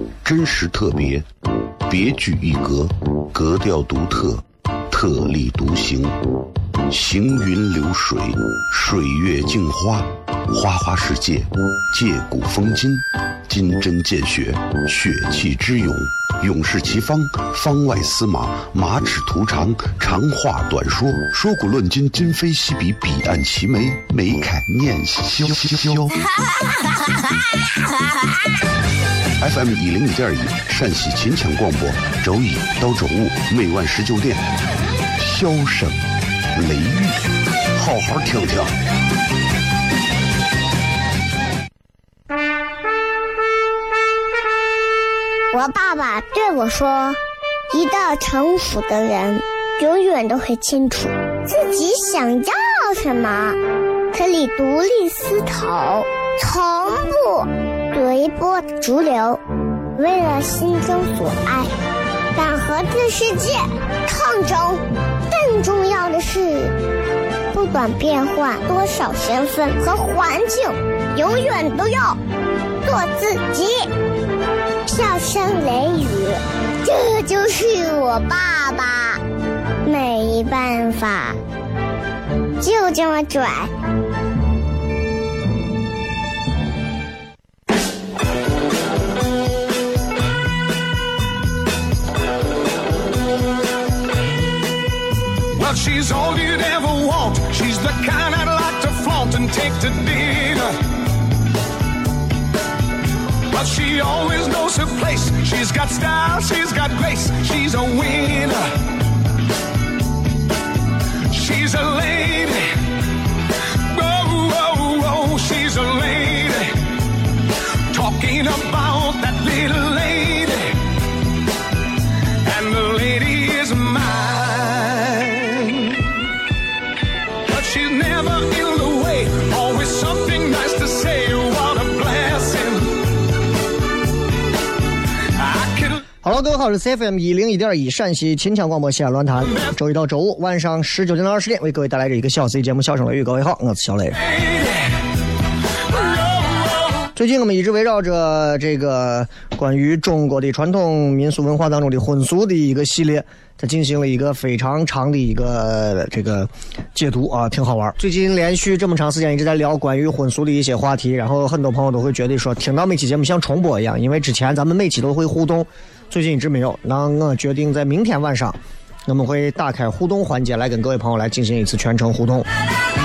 真实特别，别具一格，格调独特，特立独行，行云流水，水月镜花，花花世界，借古风今，金针见血，血气之勇，勇士齐方，方外司马，马齿图长，长话短说，说古论今，今非昔比，彼岸齐眉，眉开念萧萧。FM 101.1陕西秦腔广播，周一到周五每晚19点，笑声雷雨，好好听听。 我爸爸对我说，一个成熟的人永远都会清楚自己想要什么，可以独立思考，从不随波逐流，为了心中所爱，敢和这世界抗争。更重要的是，不管变换多少身份和环境，永远都要做自己。笑声雷雨，这就是我爸爸，没办法，就这么拽。 Well, she's all you'd ever want. She's the kind I'd like to flaunt and take to dinner. But she always knows her place. She's got style, she's got grace. She's a winner. She's a lady. Oh, oh, oh, she's a lady. Talking about that little lady. And the lady is mine. But she's never in the way. Always something nice to say. What a blessing.Hello， 各位好，我是 CFM 101.1陕西秦腔广播西安论坛，周一到周五晚上19点到20点为各位带来这一个小时的节目《笑声雷雨》。各位好，我是小雷。最近我们一直围绕着这个关于中国的传统民俗文化当中的婚俗的一个系列，它进行了一个非常长的一个这个解读啊，挺好玩。最近连续这么长时间一直在聊关于婚俗的一些话题，然后很多朋友都会觉得说听到每期节目像重播一样，因为之前咱们每期都会互动，最近一直没有。那我决定在明天晚上我们会打开互动环节来跟各位朋友来进行一次全程互动。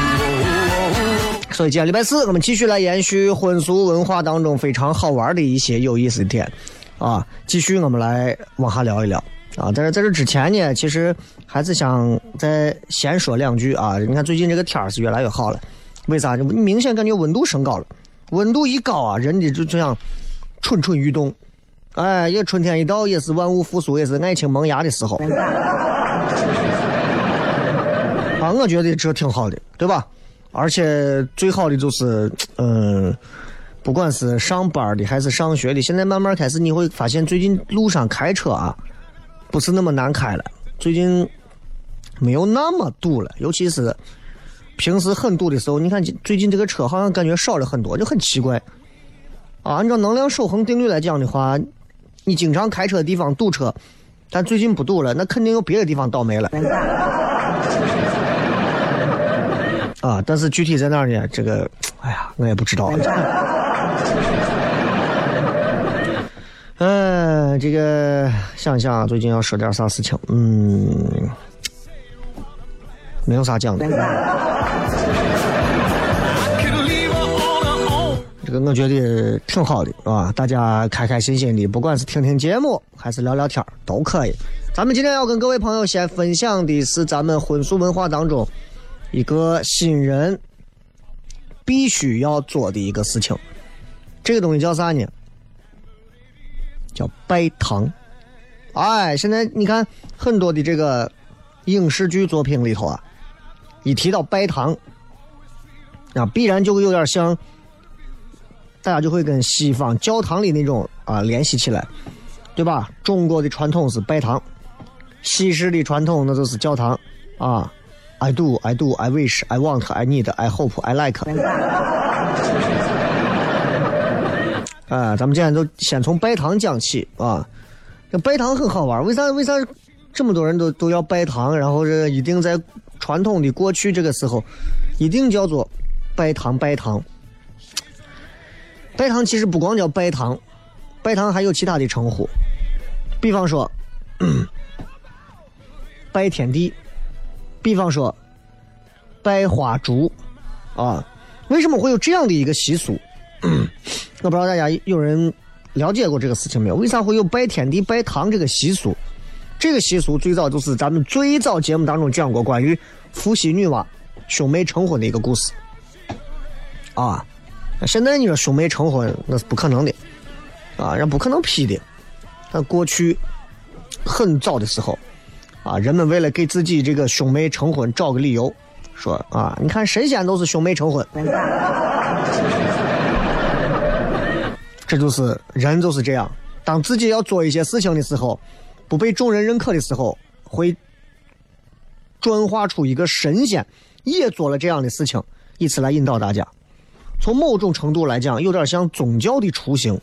所以今天礼拜四我们继续来延续婚俗文化当中非常好玩的一些有意思的点啊，继续我们来往下聊一聊啊。但是在这之前呢，其实还是想再先说两句啊。你看最近这个天是越来越好了，为啥？你明显感觉温度升高了，温度一高啊，人的就这样蠢蠢欲动。哎，也春天一到，也是万物复苏，也是爱情萌芽的时候啊，我觉得这挺好的，对吧？而且最好的就是不管是上班的还是上学的，现在慢慢开始你会发现最近路上开车啊不是那么难开了，最近没有那么堵了，尤其是平时很堵的时候，你看最近这个车好像感觉少了很多，就很奇怪啊。按照能量守恒定律来讲的话，你经常开车的地方堵车，但最近不堵了，那肯定有别的地方倒霉了啊。但是具体在哪儿呢？这个哎呀我也不知道这个想想最近要说点啥事情，没有啥讲的。这个我觉得挺好的啊，大家开开心心的，不管是听听节目还是聊聊天都可以。咱们今天要跟各位朋友先分享的是咱们婚俗文化当中一个新人必须要做的一个事情，这个东西叫啥呢？叫拜堂。哎，现在你看很多的这个影视剧作品里头啊，一提到拜堂啊，必然就会有点像，大家就会跟西方教堂里那种啊联系起来，对吧？中国的传统是拜堂，西式的传统那就是教堂啊。I do, I wish, I want, I need, I hope, I like 咱们今天就先从拜堂讲起啊。这拜堂很好玩，为啥这么多人都要拜堂？然后这一定在传统的过去这个时候，一定叫做拜堂。拜堂其实不光叫拜堂，拜堂还有其他的称呼，比方说拜天地，比方说拜花烛啊。为什么会有这样的一个习俗？我不知道大家有人了解过这个事情没有？为啥会有拜天地拜堂这个习俗？这个习俗最早就是咱们最早节目当中讲过关于伏羲女娲兄妹成婚的一个故事啊。现在你说兄妹成婚那是不可能的啊，人不可能批的。但过去很早的时候啊，人们为了给自己这个兄妹成婚找个理由，说啊，你看神仙都是兄妹成婚。这就是人就是这样，当自己要做一些事情的时候，不被众人认可的时候，会转化出一个神仙也做了这样的事情，以此来引导大家。从某种程度来讲，有点像宗教的雏形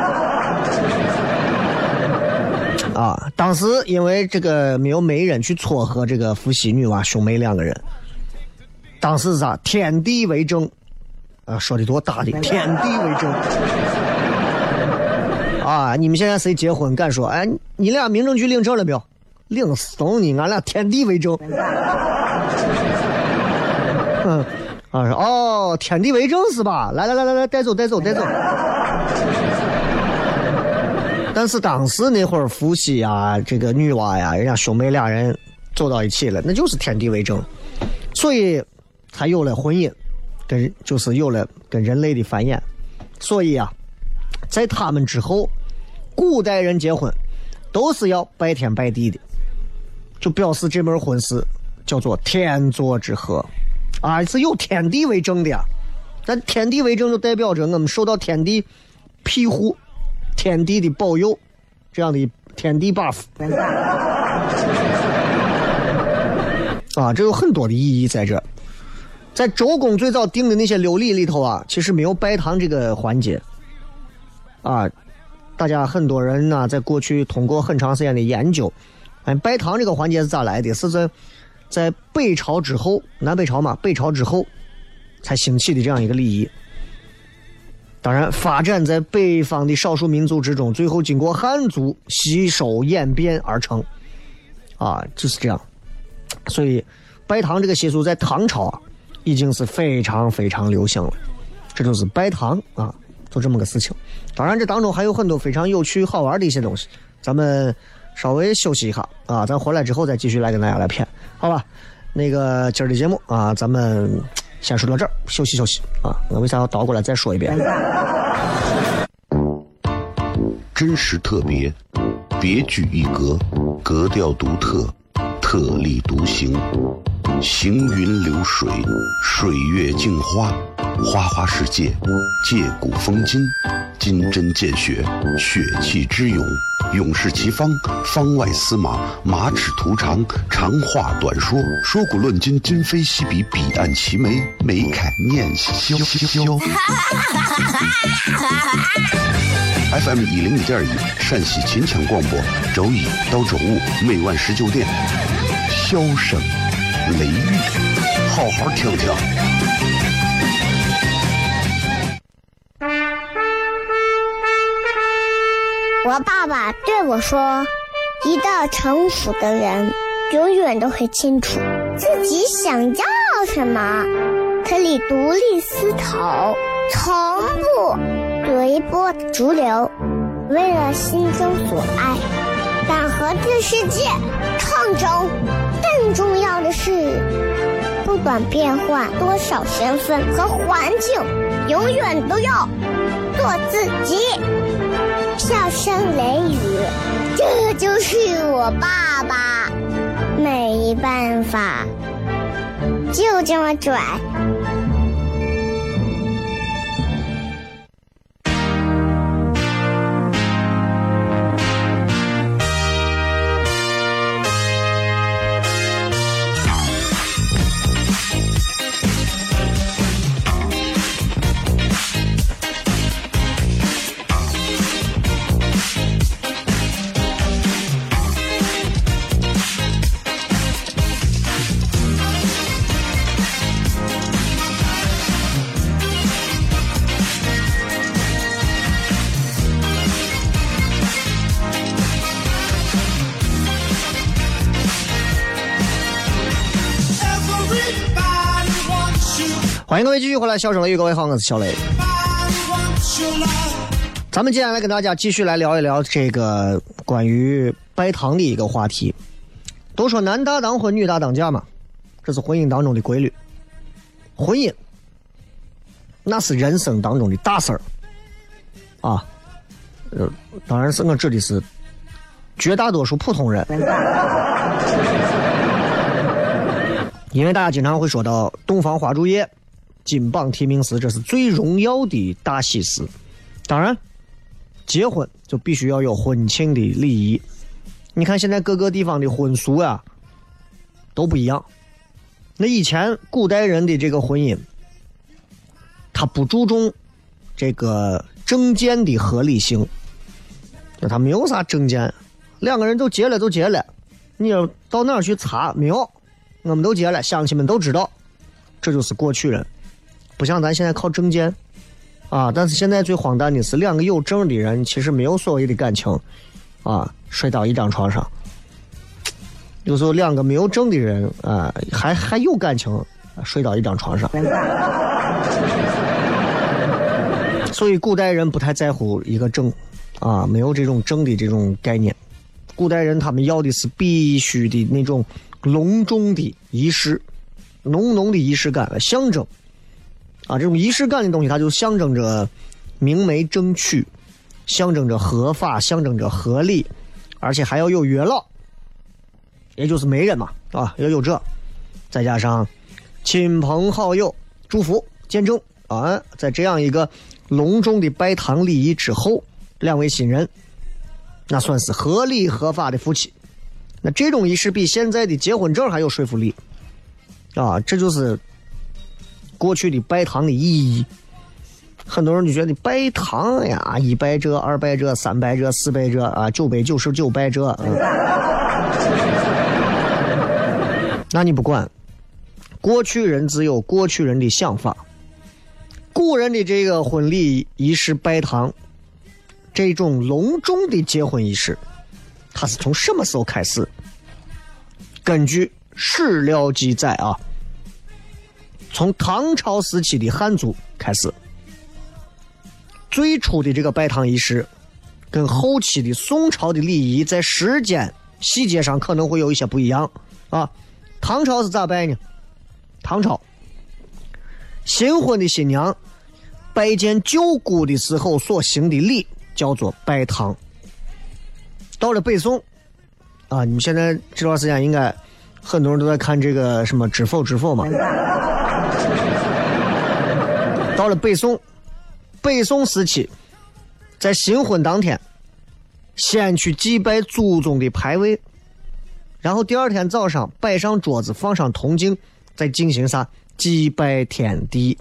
啊。当时因为这个没有媒人去撮合这个伏羲女娲兄妹两个人，当时是啥？天地为证啊，说的多大的天地为证啊！你们现在谁结婚敢说哎，你俩民政局领证了没有？领怂你，俺俩天地为证。哦，天地为证是吧？来，带走。但是当时那会儿伏羲啊，这个女娲呀，人家兄妹俩人走到一起了，那就是天地为证，所以才有了婚姻，就是有了跟人类的繁衍。所以啊，在他们之后，古代人结婚都是要拜天拜地的，就表示这门婚事叫做天作之合啊，是有天地为证的呀。但天地为证就代表着我们受到天地庇护、天地的保佑，这样的天地 buff 啊，这有很多的意义在这。在周公最早定的那些六礼里头啊，其实没有拜堂这个环节啊。大家很多人呢，在过去通过很长时间的研究，拜堂这个环节是咋来的？是在北朝之后，南北朝嘛，北朝之后才兴起的这样一个礼仪。当然，发展在北方的少数民族之中，最后经过汉族吸收演变而成，啊，就是这样。所以，拜堂这个习俗在唐朝啊，已经是非常非常流行了。这就是拜堂啊，做这么个事情。当然，这当中还有很多非常有趣好玩的一些东西。咱们稍微休息一下啊，咱回来之后再继续来跟大家来谝，好吧？那个今儿的节目啊，咱们先说到这儿，休息啊。我为啥要倒过来再说一遍？ 真实特别，别具一格，格调独特，特立独行，行云流水，水月镜花，花花世界，借古风今，金针见血，血气之勇，勇士其方，方外司马，马齿图长，长话短说，说古论今，今非昔比，彼岸齐眉，眉开面笑。FM 101.1陕西秦腔广播，周一到周五每晚19点，箫声雷雨，好好听听。 我爸爸对我说，一个成熟的人永远都会清楚自己想要什么，可以独立思考，从不随波逐流，为了心中所爱，敢和这世界抗争。更重要的是，不管变换多少身份和环境，永远都要做自己。笑声雷雨，这就是我爸爸，没办法，就这么拽。 欢迎各位继续回来，笑声雷雨，各位好，我是小雷。咱们接下来跟大家继续来聊一聊这个关于拜堂的一个话题。都说男大当婚，女大当嫁嘛，这是婚姻当中的规律。婚姻那是人生当中的大事儿啊，当然是我指的是绝大多数普通人。因为大家经常会说到洞房花烛夜、金榜题名时，这是最荣耀的大喜事。当然结婚就必须要有婚庆的礼仪，你看现在各个地方的婚俗啊都不一样。那以前古代人的这个婚姻，他不注重这个证件的合理性，那他没有啥证件，两个人都结了，你要到哪儿去查？没有，我们都结了，乡亲们都知道，这就是过去人。不像咱现在靠证件啊，但是现在最荒诞的是，两个有证的人其实没有所谓的感情啊，睡到一张床上。有时候两个没有证的人啊，还有感情，睡到一张床上。所以古代人不太在乎一个证啊，没有这种证的这种概念。古代人他们要的是必须的那种隆重的仪式，浓浓的仪式感，象征啊，这种仪式感的东西，它就象征着明媒正娶，象征着合法，象征着合理，而且还要有月老，也就是媒人嘛，啊，要有这，再加上亲朋好友祝福见证啊，在这样一个隆重的拜堂礼仪之后，两位新人那算是合理合法的夫妻。那这种仪式比现在的结婚证还有说服力啊！这就是过去的拜堂的意义。很多人就觉得拜堂呀，一拜这，二拜这，三拜这，四拜这啊，999拜这。那你不管，过去人只有过去人的想法。古人的这个婚礼仪式拜堂，这种隆重的结婚仪式，它是从什么时候开始？根据史料记载啊，从唐朝时期的汉族开始。最初的这个拜堂仪式跟后期的宋朝的礼仪在时间细节上可能会有一些不一样啊。唐朝是咋拜呢？唐朝新婚的新娘拜见舅姑的时候所行的礼叫做拜堂。到了北宋啊，你们现在这段时间应该很多人都在看这个什么知否嘛。到了北宋时期，在新婚当天先去祭拜祖宗的牌位，然后第二天早上摆上桌子，放上铜镜，再进行啥祭拜天地。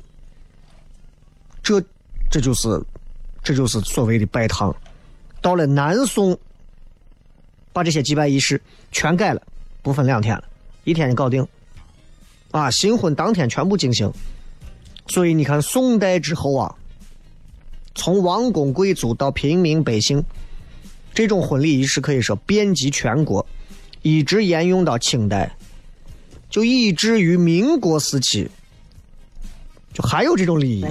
这就是所谓的拜堂。到了南宋，把这些祭拜仪式全改了，不分2天了，1天就搞定啊！新婚当天全部进行。所以你看宋代之后啊，从王公贵族到平民百姓，这种婚礼仪式可以说遍及全国，一直沿用到清代，就以至于民国时期就还有这种礼仪。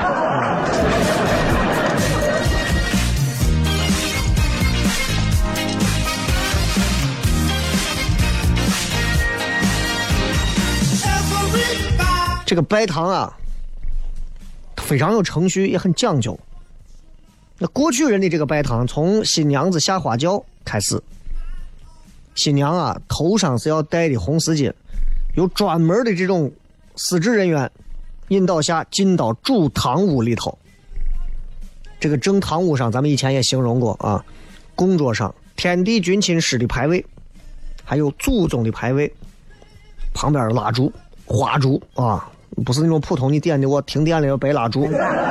这个拜堂啊非常有程序，也很讲究。那过去人的这个拜堂，从新娘子下花轿开始，新娘啊头上是要戴的红丝巾，有专门的这种司职人员引导下进到主堂屋里头。这个正堂屋上咱们以前也形容过啊，供桌上天地君亲师的牌位，还有祖宗的牌位，旁边蜡烛花烛啊，不是那种普通你点的我停电了要白蜡烛，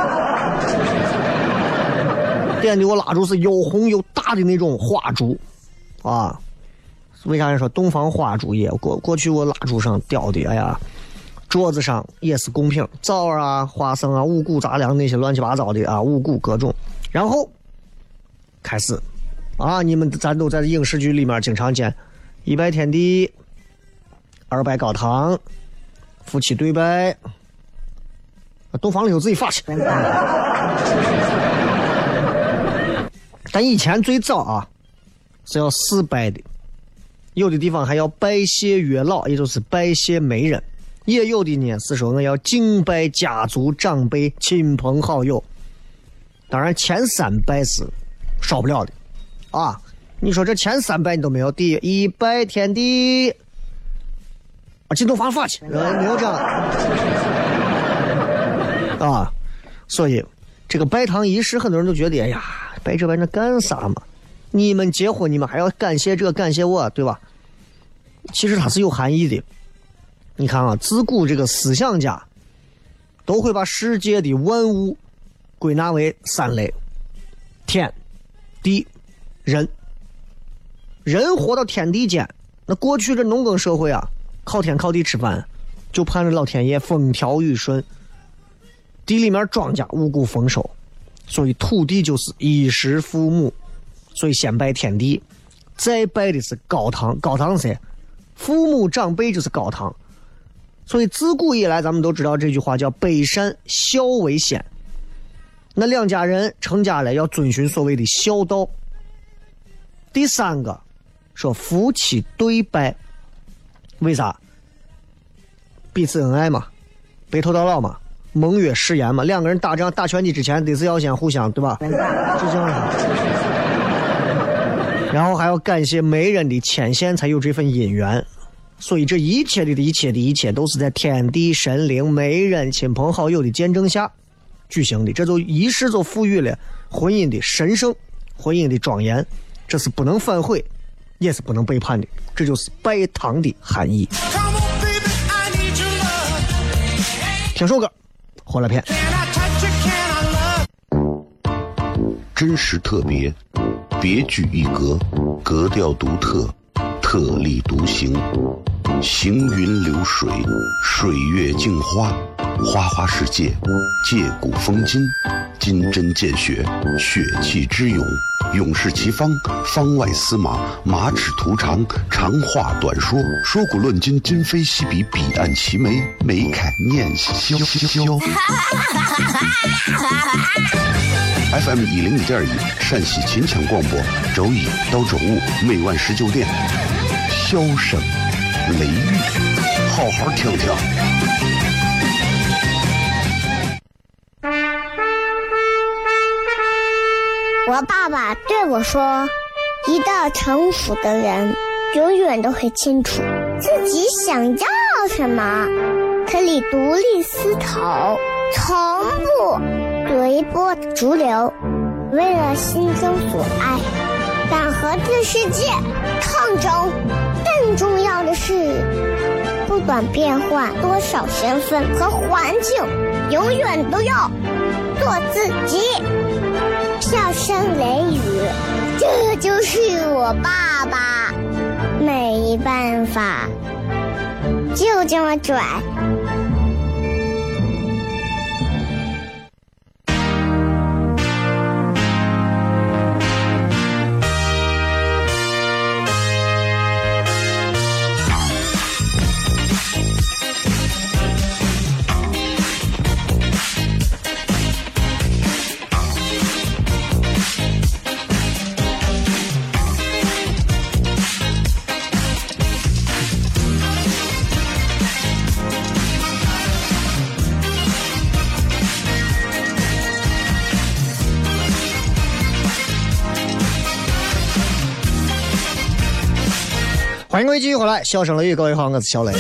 点的我蜡烛是又红又大的那种花烛啊。为啥人说东方花烛夜？过去我蜡烛上吊的，哎呀，桌子上也是贡品，枣啊、花生啊、五谷杂粮那些乱七八糟的啊，五谷各种。然后开始啊，咱都在影视剧里面经常见，1拜天地，2拜高堂，夫妻对拜洞房里头自己发去。但以前最早啊是要4拜的，有的地方还要拜谢月老，也就是拜谢媒人，也有的呢是说我要敬拜家族长辈亲朋好友。当然前3拜是少不了的啊，你说这前3拜你都没有，第一拜天地啊，进洞房发去，没有这样啊。所以这个拜堂仪式很多人都觉得哎呀拜这拜那干啥嘛，你们结婚你们还要感谢这感谢我，对吧？其实它是有含义的。你看啊，自古这个思想家都会把世界的万物归纳为3类：天地人。人活到天地间，那过去这农耕社会啊，靠天靠地吃饭，就盼着老天爷风调雨顺，地里面庄稼五谷丰收，所以土地就是衣食父母，所以先拜天地，再拜的是高堂。高堂是谁？父母长辈就是高堂。所以自古以来咱们都知道这句话叫百善孝为先，那2家人成家了要遵循所谓的孝道。第3个说夫妻对拜，为啥？彼此恩爱嘛，白头到老嘛，盟约誓言嘛，2个人打仗打拳击之前得是要先互相，对吧？就这样。然后还要感谢媒人的牵线才有这份姻缘。所以这一切的一切都是在天地神灵媒人亲朋好友的见证下举行的，这就仪式就赋予了婚姻的神圣，婚姻的庄严，这是不能反悔也是不能背叛的，这就是拜堂的含义。听首歌回来片。 真实特别，别具一格，格调独特，特立独行，行云流水，水月镜花，花花世界，借古风今，金针见血，血气之勇，勇士其方，方外司马，马齿图长，长话短说，说古论今，今非昔比，彼岸齐眉，眉开念萧。FM 101.1陕西秦腔广播，周一到周五每晚19点，箫声雷雨，好好听听。 我爸爸对我说，一个成熟的人永远都会清楚自己想要什么，可以独立思考，从不随波逐流，为了心中所爱，敢和这世界抗争。更重要的是，不管变换多少身份和环境，永远都要做自己。笑声雷雨，这就是我爸爸，没办法，就这么拽。 欢迎各位继续回来，笑声雷雨，各位好，我是小雷。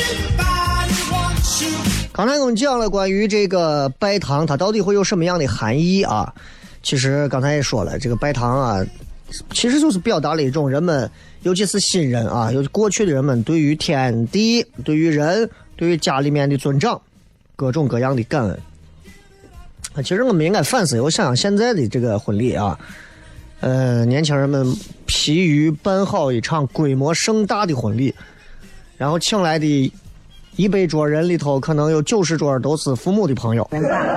刚才我们讲了关于这个拜堂它到底会有什么样的含义啊，其实刚才也说了，这个拜堂啊其实就是表达了一种人们尤其是新人啊，尤其过去的人们对于天地，对于人，对于家里面的尊长各种各样的感恩。其实我们应该反思，我想想现在的这个婚礼啊，年轻人们疲于办好一场规模盛大的婚礼，然后请来的100桌人里头，可能有90桌都是父母的朋友，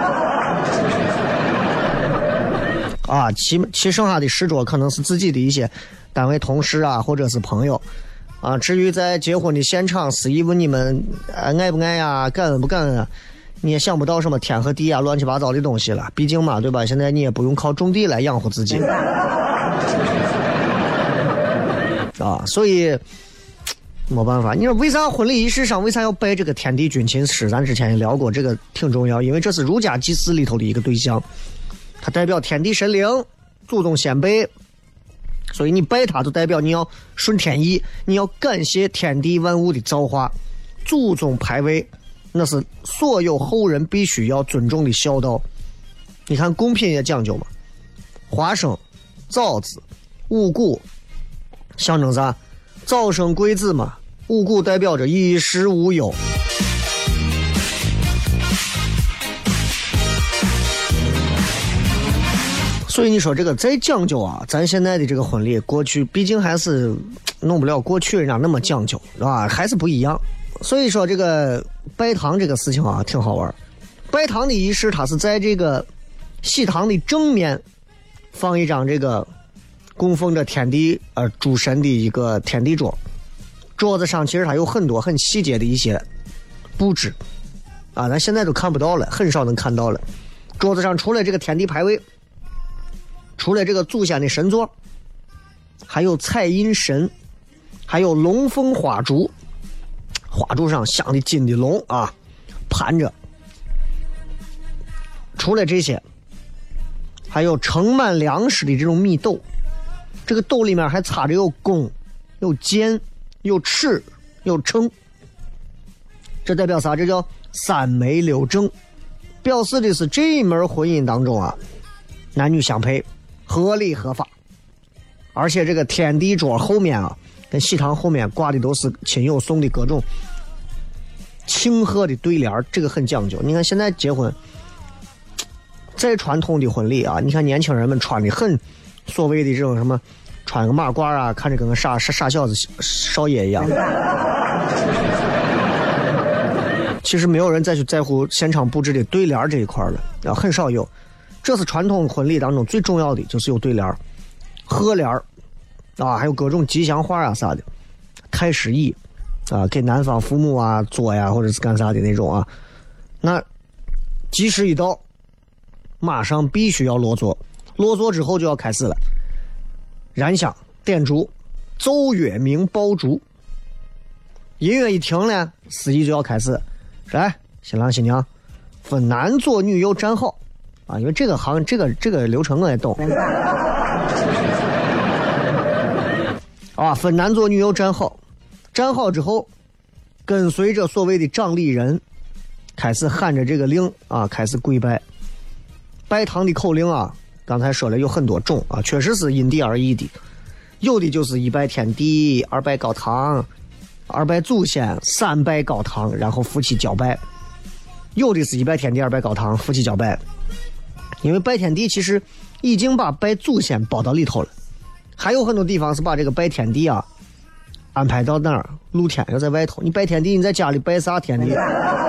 啊，其剩下的10桌可能是自己的一些单位同事啊，或者是朋友，啊，至于在结婚的现场，司仪问你们爱不爱呀，感恩不感恩啊， 你也想不到什么天和地啊乱七八糟的东西了，毕竟嘛，对吧？现在你也不用靠种地来养活自己啊，所以没办法。你说为啥婚礼仪式上为啥要拜这个天地君亲师？咱之前也聊过，这个挺重要，因为这是儒家祭祀里头的一个对象，它代表天地神灵、祖宗先辈，所以你拜他就代表你要顺天意，你要感谢天地万物的造化，祖宗牌位那是所有后人必须要尊重的孝道。你看贡品也讲究嘛，花生、枣子、五谷象征啥？早生贵子嘛，五谷代表着衣食无忧。所以你说这个再讲究啊，咱现在的这个婚礼，过去毕竟还是弄不了过去人家那么讲究，是吧？还是不一样。所以说这个拜堂这个事情啊，挺好玩。拜堂的仪式，它是在这个喜堂的正面放一张这个供奉着天地主神的一个天地桌，桌子上其实它有很多很细节的一些布置啊，咱现在都看不到了，很少能看到了。桌子上除了这个天地牌位，除了这个祖先的神座，还有彩印神，还有龙凤花烛，花烛上镶的金的龙啊盘着。除了这些，还有盛满粮食的这种米斗，这个斗里面还插着有弓、有箭、有尺、有秤，这代表啥？这叫三媒六证，表示的是这一门婚姻当中啊，男女相配，合理合法。而且这个天地桌后面啊，跟喜堂后面挂的都是亲友送的各种庆贺的对联，这个很讲究。你看现在结婚再传统的婚礼啊，你看年轻人们穿的很所谓的这种什么穿个马褂啊，看着跟个傻小子少爷一样。其实没有人再去在乎现场布置的对联这一块了，啊，很少有。这是传统婚礼当中最重要的，就是有对联、贺联啊，还有各种吉祥话啊啥的，太师椅啊，给男方父母啊做呀，或者是干啥的那种啊。那吉时一到，马上必须要落座，落座之后就要开始了，燃香、点烛、奏乐鸣爆竹。音乐一停呢，司仪就要开始，来，新郎新娘分男左女右站好啊，因为这个流程我也懂啊，分男左女右站好，站好之后，跟随着所谓的掌礼人开始喊着这个令啊，开始跪拜。拜堂的口令啊，刚才说了有很多种啊，确实是因地而异的。有的就是一拜天地，二拜高堂，二拜祖先，三拜高堂，然后夫妻交拜。有的是一拜天地，二拜高堂，夫妻交拜。因为拜天地其实已经把拜祖先包到里头了，还有很多地方是把这个拜天地啊安排到那儿，露天要在外头。你拜天地，你在家里拜啥天地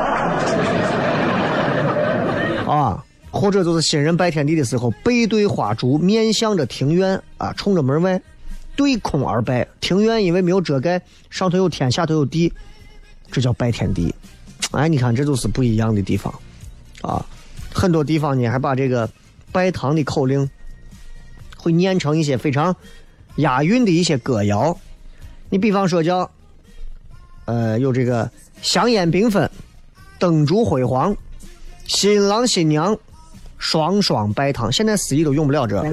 啊？或者就是新人拜天地的时候，背对花烛，面向着庭院啊，冲着门外，对空而拜。庭院因为没有遮盖，上头有天，下头有地，这叫拜天地。哎，你看这就是不一样的地方啊。很多地方呢还把这个拜堂的口令会念成一些非常押韵的一些歌谣。你比方说叫有这个香烟缤纷，灯烛辉煌，新郎新娘双双拜堂。现在司仪都用不了这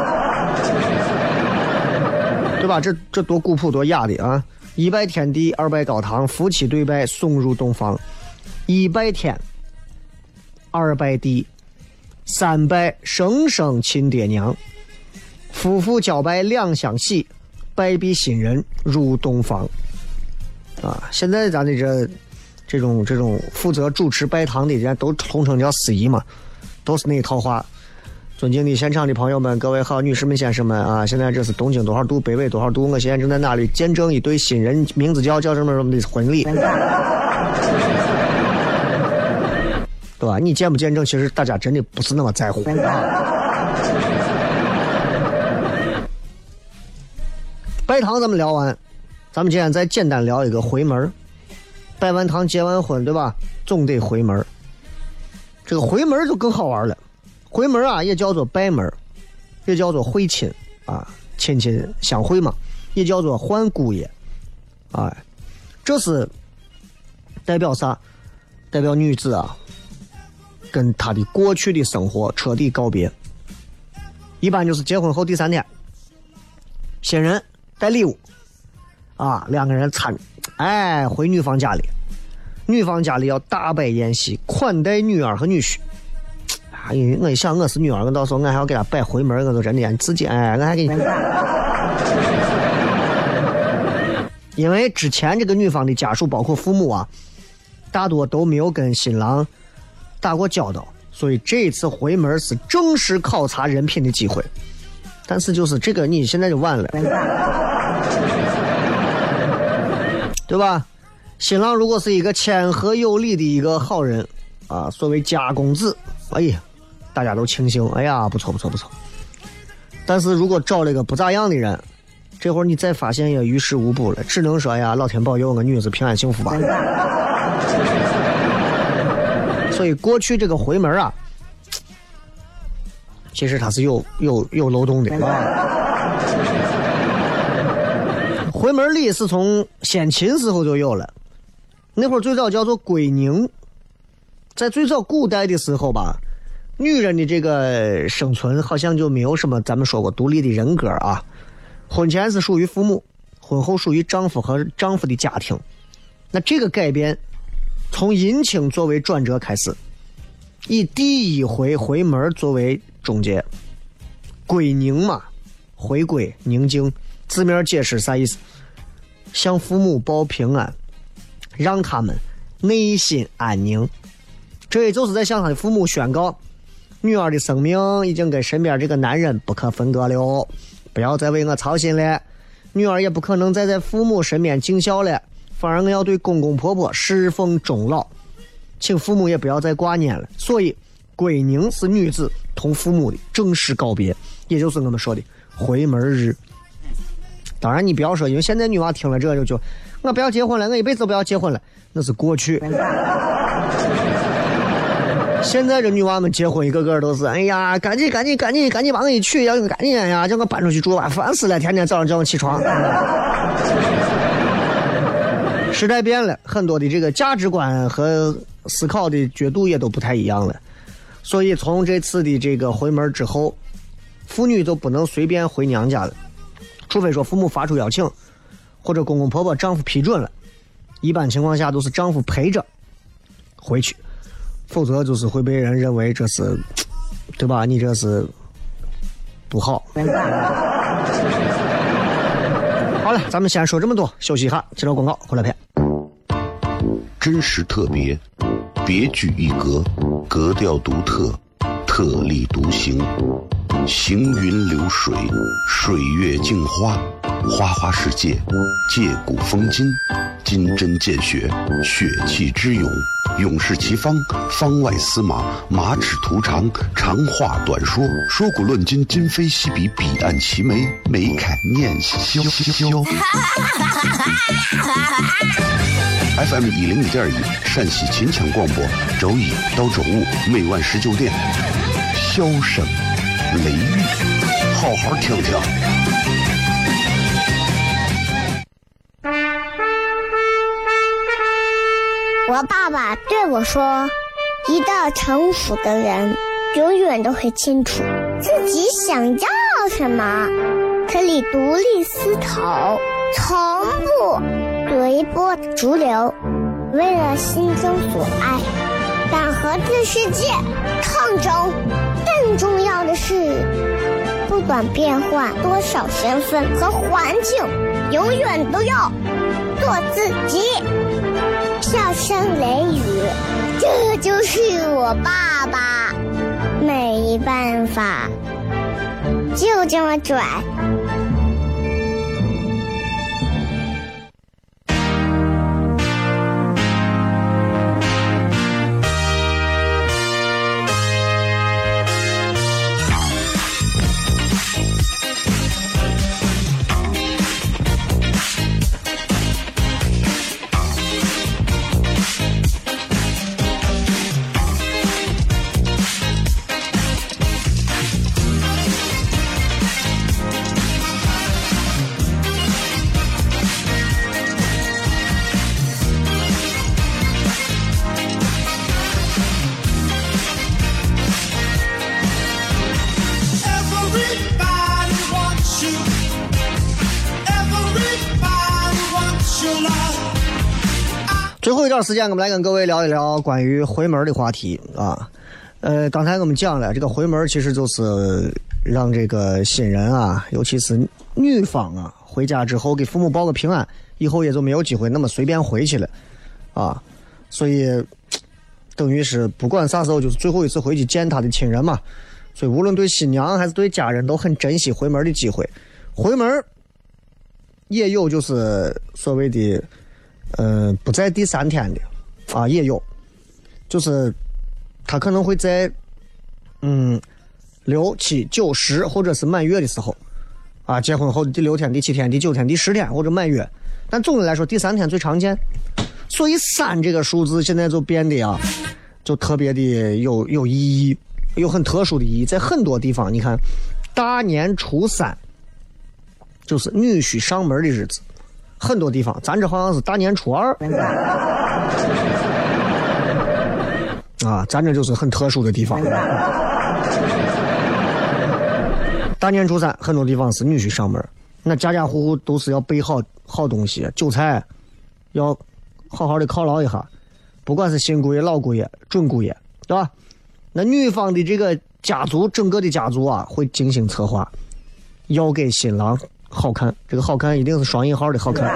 对吧？这多古朴多雅的啊！一拜天地，二拜高堂，夫妻对拜送入洞房。一拜天，二拜地，三拜生生亲爹娘，夫妇交拜两相喜，拜毕新人入洞房。啊，现在咱的这种负责主持拜堂的人都统称叫司仪嘛，都是那一套话。尊敬的现场的朋友们，各位好，女士们先生们啊，现在这是东京多少度，北纬多少度，我现在正在那里见证一对新人，名字叫什么的婚礼，对吧？你见不见证，其实大家真的不是那么在乎。拜堂咱们聊完，咱们今天再简单聊一个回门。拜完堂结完婚，对吧？总得回门。 这个回门就更好玩了。回门啊，也叫做拜门，也叫做会亲啊，亲亲相会嘛，也叫做换姑爷。哎，这是代表啥？代表女子啊，跟她的过去的生活彻底告别。一般就是结婚后第3天，新人带礼物啊，两个人回女方家里，女方家里要大摆宴席，款待女儿和女婿。我一想我是女儿，我到时候我还要给她摆回门，我就真的自己我还给你。因为之前这个女方的家属包括父母啊，大多都没有跟新郎打过交道，所以这一次回门是正式考察人品的机会。但是就是这个你现在就晚了，对吧？新郎如果是一个谦和有礼的一个好人啊，所谓家公子，哎呀，大家都庆幸，哎呀，不错。但是如果找了一个不咋样的人，这会儿你再发现也于事无补了，只能说呀，老天保佑我女子平安幸福吧。所以过去这个回门啊，其实它是有漏洞的啊。回门礼是从先秦时候就有了，那会儿最早叫做归宁。在最早古代的时候吧，女人的这个生存好像就没有什么咱们说过独立的人格啊。婚前是属于父母，婚后属于丈夫和丈夫的家庭。那这个改变从姻亲作为转折开始，以第一回回门作为终结。归宁嘛，回归宁静，字面解释啥意思？向父母报平安，让他们内心安宁。这也就是在向他的父母宣告，女儿的生命已经跟身边这个男人不可分割了，不要再为我操心了，女儿也不可能再在父母身边尽孝了，反而我要对公公婆婆侍奉终老，请父母也不要再挂念了。所以归宁是女子同父母的正式告别，也就是我们说的回门日。当然你不要说，因为现在女娃听了这就我不要结婚了，我一辈子不要结婚了，那是过去。现在这女娃们结婚一个个都是，哎呀，赶紧把我一娶，要赶紧呀，叫我搬出去住吧，烦死了，天天早上叫我起床。时代变了，很多的这个价值观和思考的角度也都不太一样了。所以从这次的这个回门之后，妇女都不能随便回娘家了，除非说父母发出邀请，或者公公婆婆丈夫批准了，一般情况下都是丈夫陪着回去。否则就是会被人认为这是，对吧？你这是不好。好了，咱们先说这么多，休息一下，接着广告，回来片。 真实特别，别具一格，格调独特，特立独行，行云流水，水月镜花，花花世界，借古风今，金针见血，血气之勇，勇士齐方，方外司马，马齿图长，长话短说，说古论今，今非昔比，彼岸齐眉，眉开念萧萧。FM 101.1陕西秦腔广播，周一到周五每晚19点，笑声雷雨，好好听听。 我爸爸对我说，一个成熟的人永远都会清楚自己想要什么，可以独立思考，从不随波逐流，为了心中所爱，敢和这世界抗争。更重要的是，不管变换多少身份和环境，永远都要做自己。笑声雷雨，这就是我爸爸，没办法，就这么拽。 最后一段时间，我们来跟各位聊一聊关于回门的话题啊。刚才我们讲了，这个回门其实就是让这个新人啊，尤其是女方啊，回家之后给父母报个平安，以后也就没有机会那么随便回去了啊。所以等于是不管啥时候，就是最后一次回去见他的亲人嘛。所以无论对新娘还是对家人都很珍惜回门的机会。回门也有就是所谓的不在第3天的啊，也有就是他可能会在6、7、9、10或者是满月的时候啊，结婚后的第6天、第7天、第9天、第10天或者满月，但总的来说第3天最常见。所以3这个数字现在就变得啊，就特别的有意义，有很特殊的意义。在很多地方，你看大年初3就是女婿上门的日子，很多地方咱这好像是大年初2啊，咱这就是很特殊的地方。大年初3很多地方是女婿上门，那家家户户都是要备好东西，韭菜要好好的犒劳一下，不管是新姑爷、老姑爷、准姑爷，对吧？那女方的这个家族，整个的家族啊，会精心策划，要给新郎好看，这个好看一定是双引号的好看。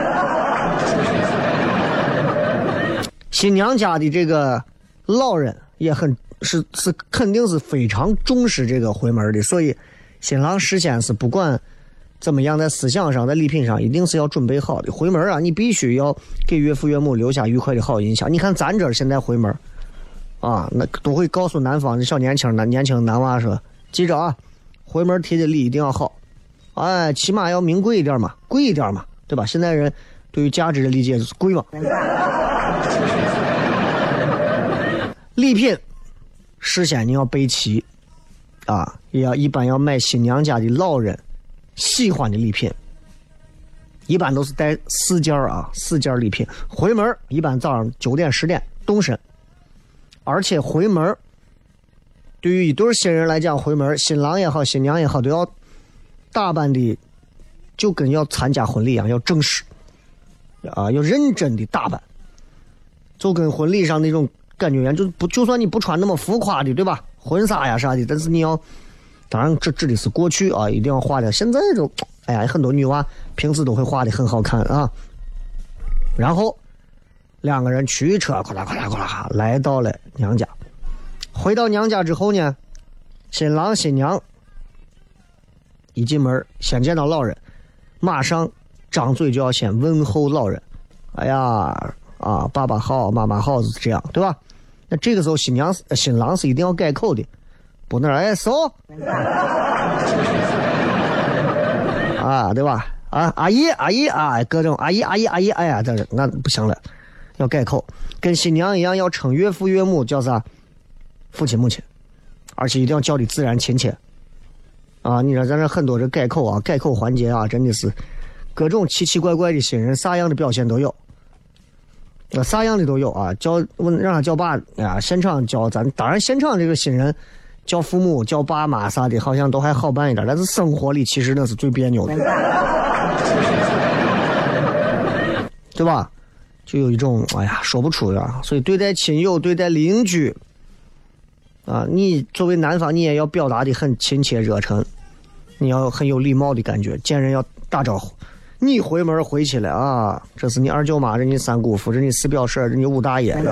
新娘家的这个老人也很是肯定是非常重视这个回门的，所以新郎事先是不管怎么样，在思想上，在礼品上，一定是要准备好的。回门啊，你必须要给岳父岳母留下愉快的好印象。你看咱这儿现在回门啊，那都会告诉南方的小年轻男娃说，记着啊，回门提的礼一定要好，哎，起码要名贵一点嘛，贵一点嘛，对吧？现在人对于价值的理解就是贵嘛。礼品事先你要备齐啊，一般要买新娘家的老人喜欢的礼品，一般都是带4件礼品。回门一般早上9点10点动身，而且回门对于一对新人来讲，回门新郎也好新娘也好都要打扮的就跟要参加婚礼一样，要正式啊，要认真的打扮，就跟婚礼上那种感觉一样，就算你不穿那么浮夸的，对吧？婚纱呀啥的，但是你要，当然这指的是过去啊，一定要画的。现在就，哎呀，很多女娃平时都会画的很好看啊。然后2个人驱车，咵啦咵啦咵啦，来到了娘家。回到娘家之后呢，新郎新娘一进门，先见到老人，马上张嘴就要先问候老人。哎呀啊，爸爸好，妈妈好，是这样，对吧？那这个时候新郎是一定要改口的，不能哎搜啊，对吧？啊，阿姨啊，各种阿姨，哎呀，这那不行了，要改口，跟新娘一样要称岳父岳母叫啥？父亲母亲，而且一定要叫的自然亲切啊！你说咱这很多这改口环节啊，真的是各种奇奇怪怪的新人，啥样的表现都有。啥样的都有啊，让他叫爸啊，现场叫咱，当然现场这个新人叫父母叫爸妈啥的，好像都还好办一点，但是生活里其实那是最别扭的，对吧？就有一种哎呀说不出啊，所以对待亲友、对待邻居啊，你作为男方，你也要表达的很亲切热忱，你要很有礼貌的感觉，见人要打招呼。你回门回去了啊，这是你二舅妈，这你三姑父，这你四表婶，这你五大爷，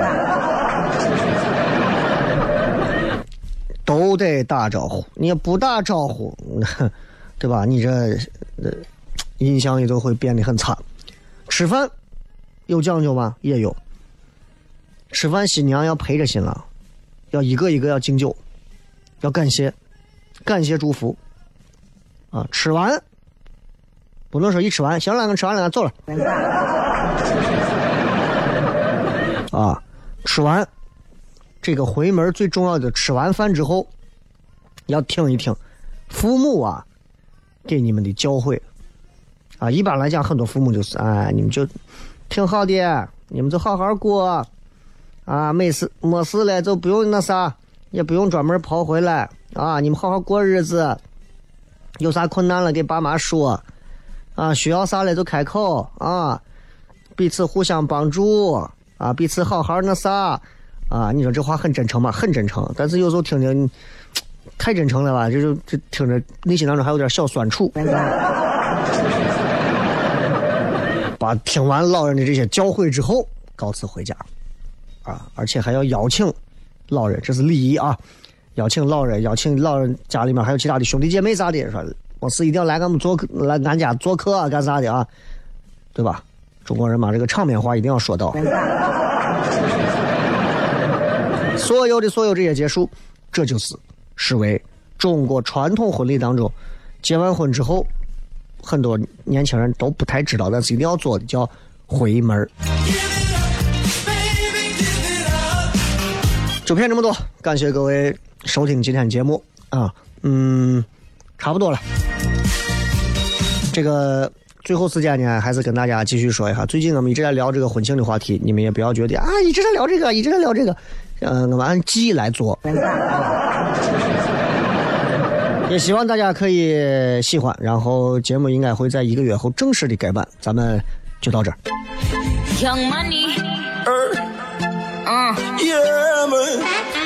都得打招呼。你也不打招呼，对吧？你这印象也都会变得很差。吃饭有讲究吗？也有。吃饭新娘要陪着新郎，要一个一个要敬酒，要感谢祝福啊。吃完不能说一吃完行了，吃完了走了啊！吃完这个回门最重要的，吃完饭之后要听一听父母啊给你们的教诲啊。一般来讲，很多父母就是哎，你们就挺好的，你们就好好过啊，没事了就不用那啥，也不用专门跑回来啊，你们好好过日子，有啥困难了给爸妈说。啊，需要啥了就开口啊，彼此互相帮助啊，彼此好好那啥啊。你说这话很真诚吗？很真诚，但是有时候听听太真诚了吧，就听着内心当中还有点小酸楚。把听完老人的这些教诲之后，告辞回家啊，而且还要邀请老人，这是礼仪啊。邀请老人家里面还有其他的兄弟姐妹啥的，说我是一定要来俺家做客啊，干啥的啊，对吧？中国人嘛，这个场面话一定要说到。所有这些结束，这就是视为中国传统婚礼当中，结完婚之后，很多年轻人都不太知道，但是一定要做的叫回门。就骗这么多，感谢各位收听今天节目啊，差不多了。这个最后时间呢，还是跟大家继续说一下，最近我们一直在聊这个婚庆的话题，你们也不要觉得啊，一直在聊这个，我们按季来做。也希望大家可以喜欢，然后节目应该会在1个月后正式的改版，咱们就到这儿。 Young Money, Yeah, man.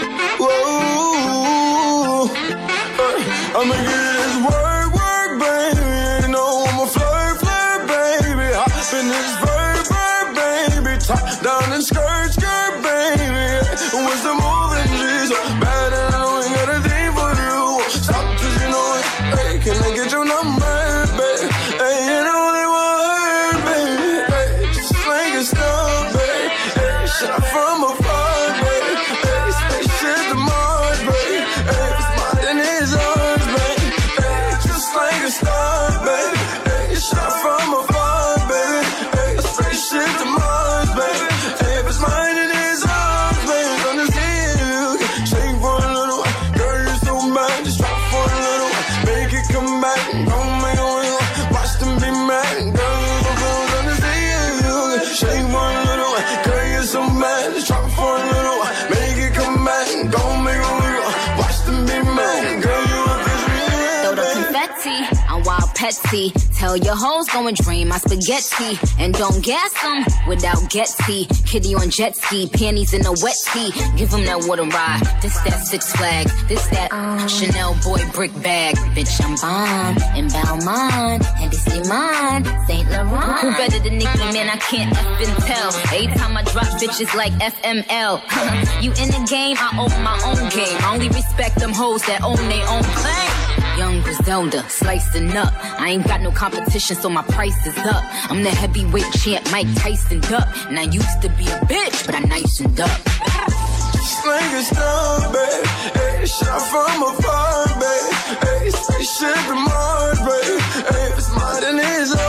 Whoa. I'ma get this work, baby. You know I'm a flirt, baby. Hop in this verb, baby. Top down and skirt, baby. What's the moving, G's? Bad and I know ain't got a thing for you. Stop, cause you know it. Hey, can I get your number, baby? Hey, you know they want her, baby. Hey, just like a star, baby. Hey, shot from afar, baby. Hey, spaceship to Mars, baby. Hey, it's mine and it's ours, baby. Hey, just like a star, baby. Hey, shot from afar, baby. Hey, spaceship to Mars, baby. Hey, it's mine and it's ours, baby. Gonna see you, shake for a little while. Girl, you're so bad, just drop for a little while. Make it come back, don't make a wiggle. Watch them be mad, girl, you're so cool. Gonna see you, shake for a little while. Girl, you're so bad, just drop for a little while. Make it come back, don't make a wiggle. Watch them be mad, girl, you're a bitch. throw the confetti. I'm wild Petsy. Tell your hoes go and drain my spaghetti. And don't gas them without Getsy. Kitty on jet ski, panties in a wet tea. Give them that water ride. This that Six Flags. This that Chanel boy brick bag. Bitch, I'm bomb in Balmain. And this ain't mine. Saint Laurent. Who better than Nicki, man? I can't effing tell. Every time I drop bitches like FML. You in the game, I own my own game. I only respect them hoes that own their own claim. Young Griselda, slicing up. I ain't got no competition, so my price is up. I'm the heavyweight champ, Mike Tyson up. And I used to be a bitch, but I nicened up. Like a star, baby. Hey, shot from afar, baby. Hey, spaceship to Mars, baby. Hey, it's mine and it's